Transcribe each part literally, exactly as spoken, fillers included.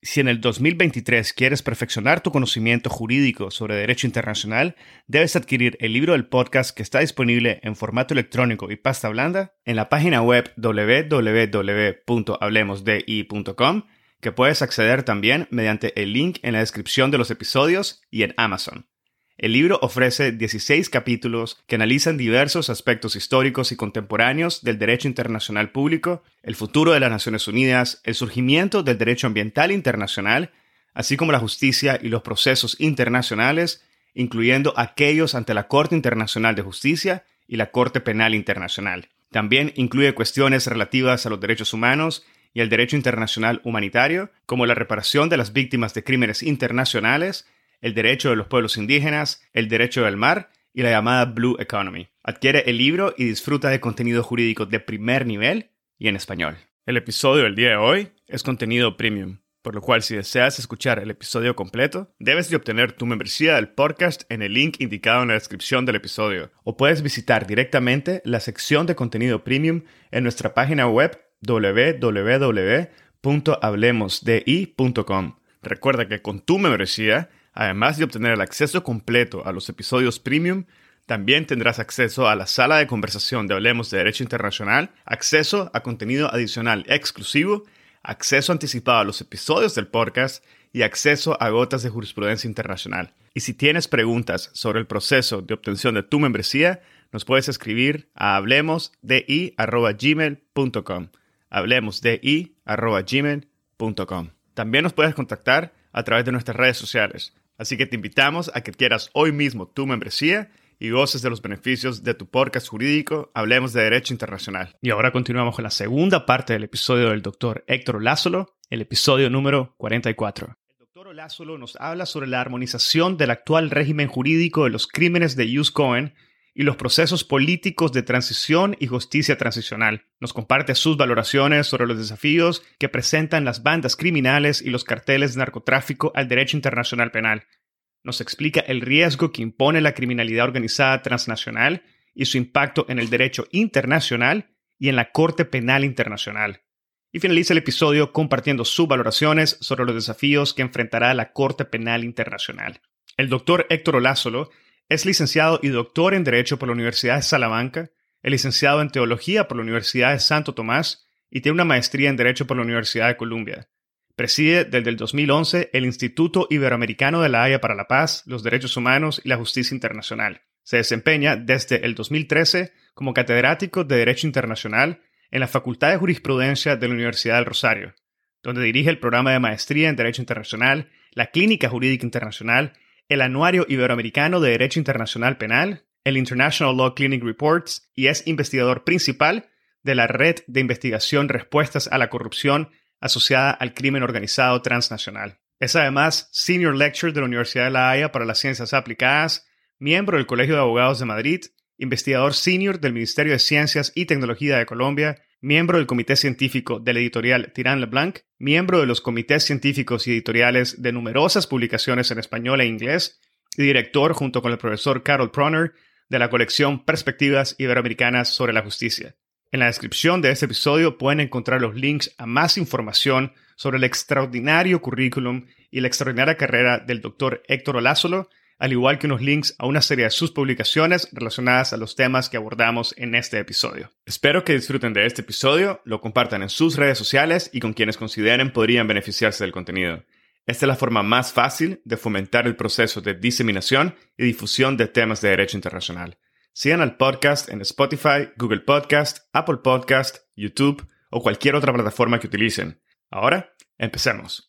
Si en el dos mil veintitrés quieres perfeccionar tu conocimiento jurídico sobre derecho internacional, debes adquirir el libro del podcast que está disponible en formato electrónico y pasta blanda en la página web doble u doble u doble u punto hablemos d i punto com, que puedes acceder también mediante el link en la descripción de los episodios y en Amazon. El libro ofrece dieciséis capítulos que analizan diversos aspectos históricos y contemporáneos del derecho internacional público, el futuro de las Naciones Unidas, el surgimiento del derecho ambiental internacional, así como la justicia y los procesos internacionales, incluyendo aquellos ante la Corte Internacional de Justicia y la Corte Penal Internacional. También incluye cuestiones relativas a los derechos humanos y el derecho internacional humanitario, como la reparación de las víctimas de crímenes internacionales, el derecho de los pueblos indígenas, el derecho del mar y la llamada Blue Economy. Adquiere el libro y disfruta de contenido jurídico de primer nivel y en español. El episodio del día de hoy es contenido premium, por lo cual si deseas escuchar el episodio completo, debes de obtener tu membresía del podcast en el link indicado en la descripción del episodio, o puedes visitar directamente la sección de contenido premium en nuestra página web doble u doble u doble u punto hablemos d i punto com. Recuerda que con tu membresía, además de obtener el acceso completo a los episodios premium, también tendrás acceso a la sala de conversación de Hablemos de Derecho Internacional, acceso a contenido adicional exclusivo, acceso anticipado a los episodios del podcast y acceso a gotas de jurisprudencia internacional. Y si tienes preguntas sobre el proceso de obtención de tu membresía, nos puedes escribir a hablemosdi arroba gmail punto com. hablemosdi arroba gmail punto com. También nos puedes contactar a través de nuestras redes sociales. Así que te invitamos a que adquieras hoy mismo tu membresía y goces de los beneficios de tu podcast jurídico Hablemos de Derecho Internacional. Y ahora continuamos con la segunda parte del episodio del doctor Héctor Olazolo, el episodio número cuarenta y cuatro. El doctor Olazolo nos habla sobre la armonización del actual régimen jurídico de los crímenes de Jus Cohen y los procesos políticos de transición y justicia transicional. Nos comparte sus valoraciones sobre los desafíos que presentan las bandas criminales y los carteles de narcotráfico al derecho internacional penal. Nos explica el riesgo que impone la criminalidad organizada transnacional y su impacto en el derecho internacional y en la Corte Penal Internacional. Y finaliza el episodio compartiendo sus valoraciones sobre los desafíos que enfrentará la Corte Penal Internacional. El doctor Héctor Olazolo es licenciado y doctor en Derecho por la Universidad de Salamanca, es licenciado en Teología por la Universidad de Santo Tomás y tiene una maestría en Derecho por la Universidad de Columbia. Preside desde el dos mil once el Instituto Iberoamericano de la Haya para la Paz, los Derechos Humanos y la Justicia Internacional. Se desempeña desde el dos mil trece como catedrático de Derecho Internacional en la Facultad de Jurisprudencia de la Universidad del Rosario, donde dirige el programa de maestría en Derecho Internacional, la Clínica Jurídica Internacional, el Anuario Iberoamericano de Derecho Internacional Penal, el International Law Clinic Reports y es investigador principal de la Red de Investigación Respuestas a la Corrupción asociada al crimen organizado transnacional. Es además Senior Lecturer de la Universidad de La Haya para las Ciencias Aplicadas, miembro del Colegio de Abogados de Madrid, investigador senior del Ministerio de Ciencias y Tecnología de Colombia, miembro del Comité Científico de la editorial Tirán Leblanc, miembro de los comités científicos y editoriales de numerosas publicaciones en español e inglés, y director, junto con el profesor Carol Proner, de la colección Perspectivas Iberoamericanas sobre la Justicia. En la descripción de este episodio pueden encontrar los links a más información sobre el extraordinario currículum y la extraordinaria carrera del doctor Héctor Olazolo, al igual que unos links a una serie de sus publicaciones relacionadas a los temas que abordamos en este episodio. Espero que disfruten de este episodio, lo compartan en sus redes sociales y con quienes consideren podrían beneficiarse del contenido. Esta es la forma más fácil de fomentar el proceso de diseminación y difusión de temas de derecho internacional. Sigan al podcast en Spotify, Google Podcast, Apple Podcast, YouTube o cualquier otra plataforma que utilicen. Ahora, empecemos.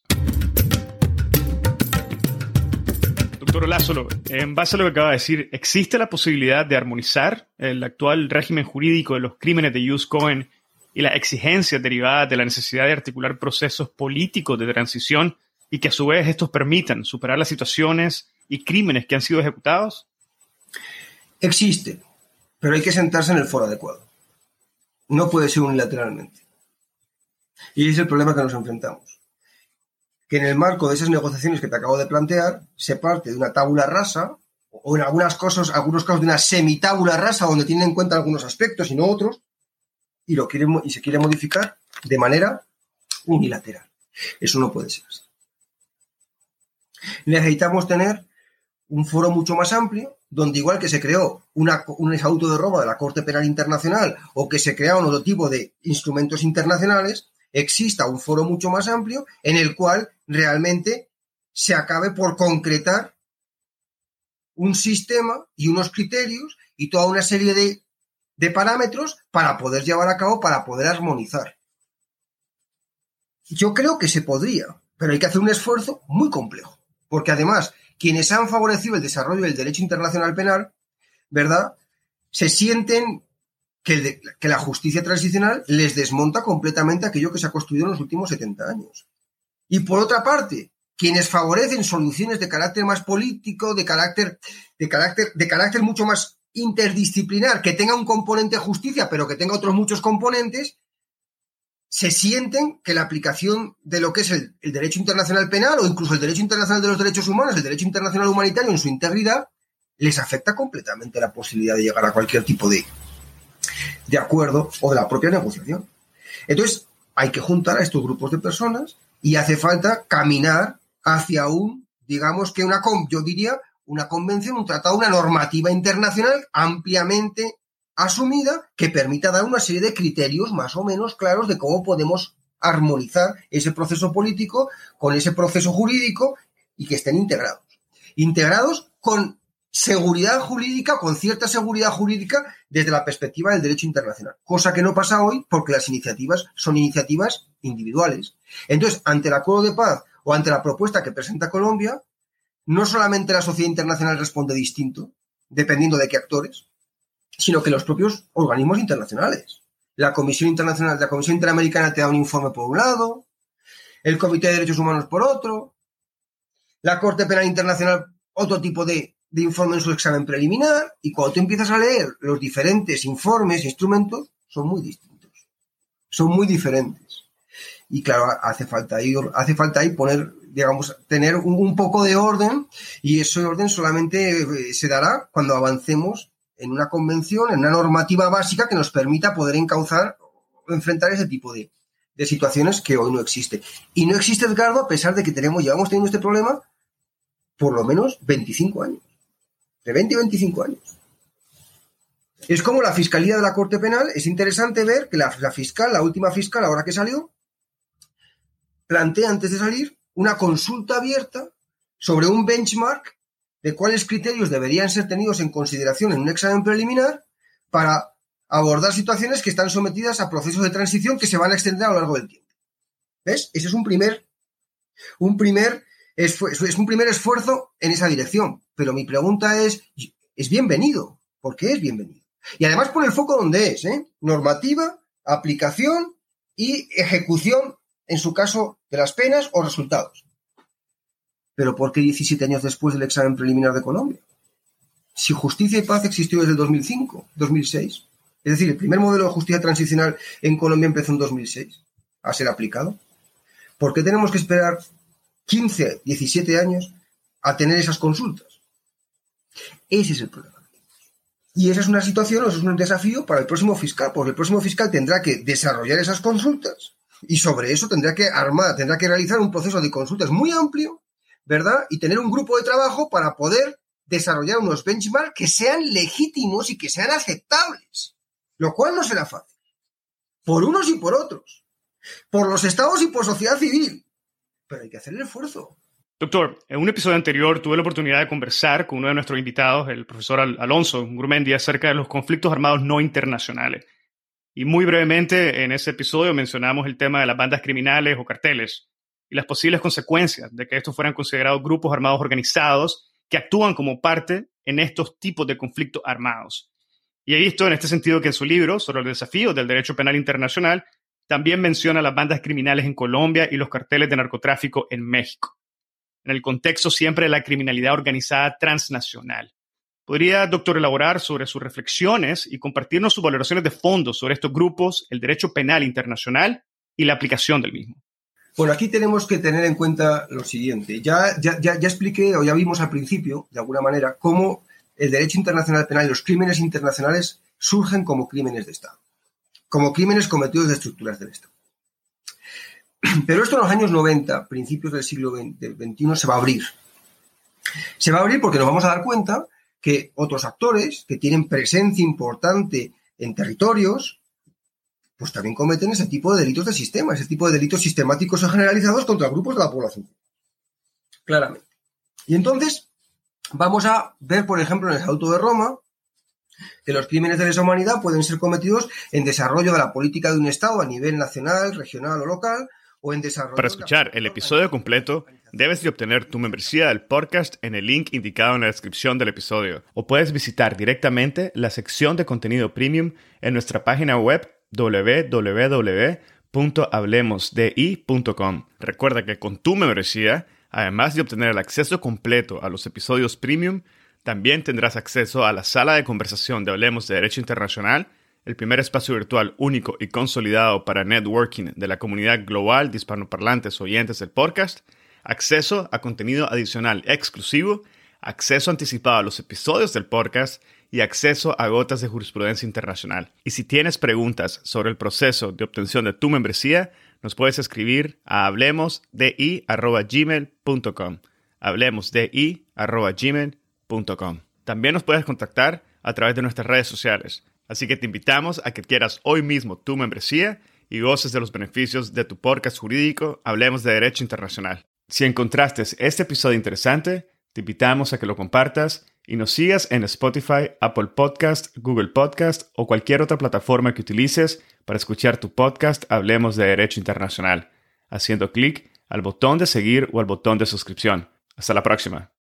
Doctor Olazolo, en base a lo que acaba de decir, ¿existe la posibilidad de armonizar el actual régimen jurídico de los crímenes de Jus Cohen y las exigencias derivadas de la necesidad de articular procesos políticos de transición y que a su vez estos permitan superar las situaciones y crímenes que han sido ejecutados? Existe, pero hay que sentarse en el foro adecuado. No puede ser unilateralmente. Y ese es el problema que nos enfrentamos. Que en el marco de esas negociaciones que te acabo de plantear, se parte de una tabula rasa, o en algunas cosas, algunos casos de una semitábula rasa, donde tienen en cuenta algunos aspectos y no otros, y, lo quiere, y se quiere modificar de manera unilateral. Eso no puede ser así. Necesitamos tener un foro mucho más amplio, donde igual que se creó una, un estatuto de Roma de la Corte Penal Internacional o que se crearon otro tipo de instrumentos internacionales, exista un foro mucho más amplio en el cual realmente se acabe por concretar un sistema y unos criterios y toda una serie de, de parámetros para poder llevar a cabo, para poder armonizar. Yo creo que se podría, pero hay que hacer un esfuerzo muy complejo, porque además quienes han favorecido el desarrollo del derecho internacional penal, ¿verdad?, se sienten que, el de, que la justicia transicional les desmonta completamente aquello que se ha construido en los últimos setenta años. Y por otra parte, quienes favorecen soluciones de carácter más político, de carácter, de carácter, de carácter mucho más interdisciplinar, que tenga un componente de justicia, pero que tenga otros muchos componentes, se sienten que la aplicación de lo que es el, el derecho internacional penal o incluso el derecho internacional de los derechos humanos, el derecho internacional humanitario en su integridad, les afecta completamente la posibilidad de llegar a cualquier tipo de, de acuerdo o de la propia negociación. Entonces, hay que juntar a estos grupos de personas y hace falta caminar hacia un, digamos que una, yo diría, una convención, un tratado, una normativa internacional ampliamente asumida que permita dar una serie de criterios más o menos claros de cómo podemos armonizar ese proceso político con ese proceso jurídico y que estén integrados. Integrados con seguridad jurídica, con cierta seguridad jurídica desde la perspectiva del derecho internacional, cosa que no pasa hoy porque las iniciativas son iniciativas individuales. Entonces, ante el acuerdo de paz o ante la propuesta que presenta Colombia, no solamente la sociedad internacional responde distinto, dependiendo de qué actores, sino que los propios organismos internacionales. La Comisión Internacional, la Comisión Interamericana te da un informe por un lado, el Comité de Derechos Humanos por otro, la Corte Penal Internacional otro tipo de, de informe en su examen preliminar, y cuando tú empiezas a leer los diferentes informes e instrumentos, son muy distintos, son muy diferentes. Y claro, hace falta ahí, hace falta ahí poner, digamos, tener un, un poco de orden, y ese orden solamente se dará cuando avancemos en una convención, en una normativa básica que nos permita poder encauzar o enfrentar ese tipo de, de situaciones que hoy no existe. Y no existe, Edgardo, a pesar de que tenemos, llevamos teniendo este problema por lo menos veinticinco años. De veinte y veinticinco años. Es como la Fiscalía de la Corte Penal. Es interesante ver que la, la fiscal, la última fiscal, ahora que salió, plantea antes de salir una consulta abierta sobre un benchmark de cuáles criterios deberían ser tenidos en consideración en un examen preliminar para abordar situaciones que están sometidas a procesos de transición que se van a extender a lo largo del tiempo. ¿Ves? Ese es un primer, un primer, esfuerzo, es un primer esfuerzo en esa dirección. Pero mi pregunta es, ¿es bienvenido? ¿Por qué es bienvenido? Y además pone el foco donde es, ¿eh? Normativa, aplicación y ejecución, en su caso, de las penas o resultados. ¿Pero por qué diecisiete años después del examen preliminar de Colombia? Si justicia y paz existió desde el dos mil cinco, dos mil seis. Es decir, el primer modelo de justicia transicional en Colombia empezó en dos mil seis a ser aplicado. ¿Por qué tenemos que esperar quince, diecisiete años a tener esas consultas? Ese es el problema. Y esa es una situación, eso es un desafío para el próximo fiscal, porque el próximo fiscal tendrá que desarrollar esas consultas y sobre eso tendrá que armar, tendrá que realizar un proceso de consultas muy amplio, ¿verdad? Y tener un grupo de trabajo para poder desarrollar unos benchmarks que sean legítimos y que sean aceptables, lo cual no será fácil, por unos y por otros, por los estados y por sociedad civil, pero hay que hacer el esfuerzo. Doctor, en un episodio anterior tuve la oportunidad de conversar con uno de nuestros invitados, el profesor Alonso Ngurumendi, acerca de los conflictos armados no internacionales. Y muy brevemente en ese episodio mencionamos el tema de las bandas criminales o carteles y las posibles consecuencias de que estos fueran considerados grupos armados organizados que actúan como parte en estos tipos de conflictos armados. Y he visto en este sentido que en su libro sobre los desafíos del derecho penal internacional también menciona las bandas criminales en Colombia y los carteles de narcotráfico en México, en el contexto siempre de la criminalidad organizada transnacional. ¿Podría, doctor, elaborar sobre sus reflexiones y compartirnos sus valoraciones de fondo sobre estos grupos, el derecho penal internacional y la aplicación del mismo? Bueno, aquí tenemos que tener en cuenta lo siguiente. Ya, ya, ya, ya expliqué, o ya vimos al principio, de alguna manera, cómo el derecho internacional penal y los crímenes internacionales surgen como crímenes de Estado, como crímenes cometidos de estructuras del Estado. Pero esto en los años noventa, principios del siglo veintiuno, se va a abrir. Se va a abrir porque nos vamos a dar cuenta que otros actores que tienen presencia importante en territorios, pues también cometen ese tipo de delitos de sistema, ese tipo de delitos sistemáticos o generalizados contra grupos de la población. Claramente. Y entonces vamos a ver, por ejemplo, en el Estatuto de Roma, que los crímenes de lesa humanidad pueden ser cometidos en desarrollo de la política de un Estado a nivel nacional, regional o local, o en desarrollo... Para escuchar el episodio completo, debes de obtener tu membresía del podcast en el link indicado en la descripción del episodio, o puedes visitar directamente la sección de contenido premium en nuestra página web doble u doble u doble u punto hablemos d i punto com. Recuerda que con tu membresía, además de obtener el acceso completo a los episodios premium, también tendrás acceso a la sala de conversación de Hablemos de Derecho Internacional, el primer espacio virtual único y consolidado para networking de la comunidad global de hispanoparlantes oyentes del podcast, acceso a contenido adicional exclusivo, acceso anticipado a los episodios del podcast y acceso a gotas de jurisprudencia internacional. Y si tienes preguntas sobre el proceso de obtención de tu membresía, nos puedes escribir a hablemosdi arroba gmail punto com. hablemosdi arroba gmail punto com. También nos puedes contactar a través de nuestras redes sociales. Así que te invitamos a que adquieras hoy mismo tu membresía y goces de los beneficios de tu podcast jurídico Hablemos de Derecho Internacional. Si encontraste este episodio interesante, te invitamos a que lo compartas y nos sigas en Spotify, Apple Podcast, Google Podcast o cualquier otra plataforma que utilices para escuchar tu podcast Hablemos de Derecho Internacional, haciendo clic al botón de seguir o al botón de suscripción. Hasta la próxima.